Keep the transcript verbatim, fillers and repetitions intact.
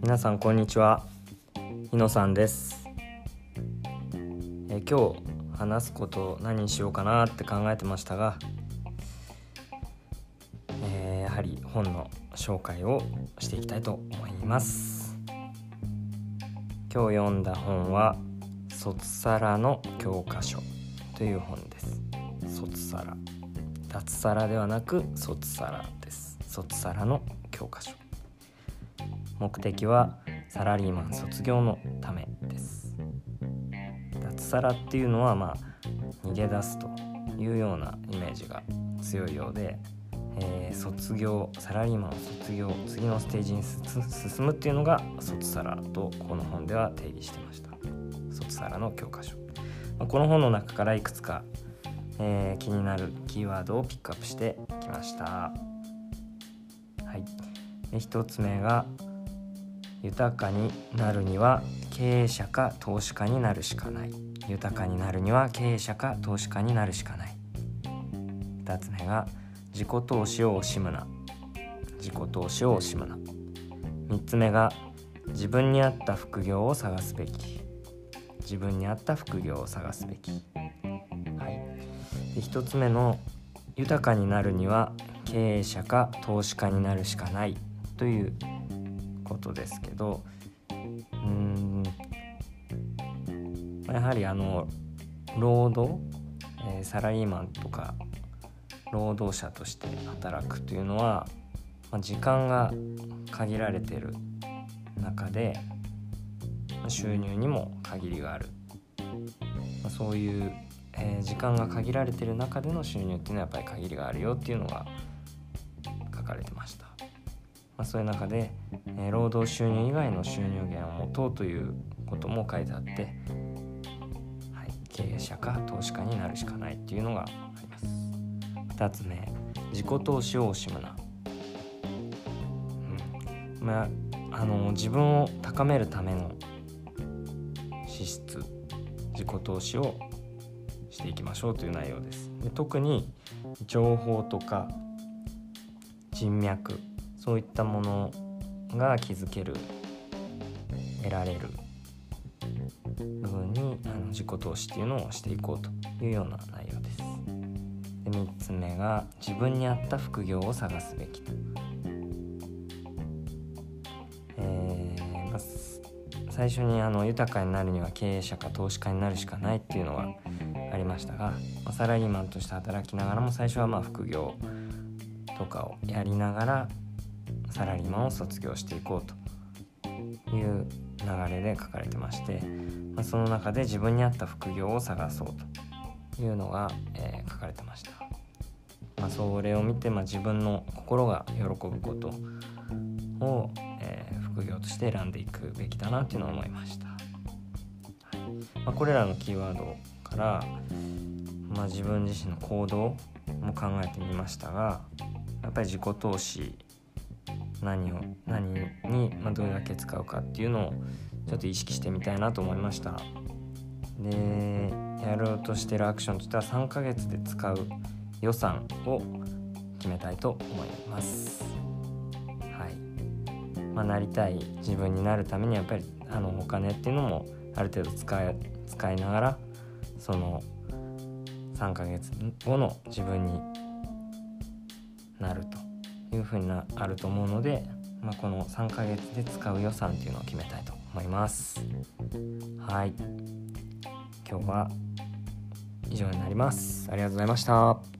皆さんこんにちは、日野さんです。え今日話すことを何にしようかなって考えてましたが、えー、やはり本の紹介をしていきたいと思います。今日読んだ本は卒サラの教科書という本です。卒サラ、脱サラではなく卒サラです。卒サラの教科書。目的はサラリーマン卒業のためです。脱サラっていうのはまあ逃げ出すというようなイメージが強いようで、えー、卒業サラリーマン卒業次のステージに進むっていうのが卒サラとこの本では定義してました。卒サラの教科書、まあ、この本の中からいくつか、えー、気になるキーワードをピックアップしてきました。はい。で一つ目が豊かになるには経営者か投資家になるしかない。豊かになるには経営者か投資家になるしかない。二つ目が自己投資を惜しむな。自己投資を惜しむな。三つ目が自分に合った副業を探すべき。自分に合った副業を探すべき。はい。で一つ目の豊かになるには経営者か投資家になるしかないということですけど、うーんやはりあの労働、えー、サラリーマンとか労働者として働くというのは、まあ、時間が限られている中で、まあ、収入にも限りがある、まあ、そういう、えー、時間が限られている中での収入っていうのはやっぱり限りがあるよっていうのが書かれてました。まあ、そういう中で、えー、労働収入以外の収入源を持とうということも書いてあって、はい、経営者か投資家になるしかないっていうのがあります。ふたつめ、自己投資を惜しむな。うんまあ、あの自分を高めるための資質、自己投資をしていきましょうという内容です。で特に情報とか人脈、そういったものが気づける、得られる部分にあの自己投資っていうのをしていこうというような内容です。でみっつめが自分に合った副業を探すべきと、えーまあ、最初にあの豊かになるには経営者か投資家になるしかないっていうのがありましたが、まあ、サラリーマンとして働きながらも最初はまあ副業とかをやりながらサラリーマンを卒業していこうという流れで書かれてまして、まあ、その中で自分に合った副業を探そうというのが、えー、書かれてました。まあ、それを見て、まあ、自分の心が喜ぶことを、えー、副業として選んでいくべきだなというのを思いました。はいまあ、これらのキーワードから、まあ、自分自身の行動も考えてみましたが、やっぱり自己投資何を何に、まあ、どれだけ使うかっていうのをちょっと意識してみたいなと思いました。でやろうとしているアクションとしてはさんかげつで使う予算を決めたいと思います。はい、まあ、なりたい自分になるためにやっぱりあのお金っていうのもある程度使い、使いながらそのさんかげつごの自分になるというふうになあると思うので、まあ、このさんかげつで使う予算っていうのを決めたいと思います。はい、今日は以上になります。ありがとうございました。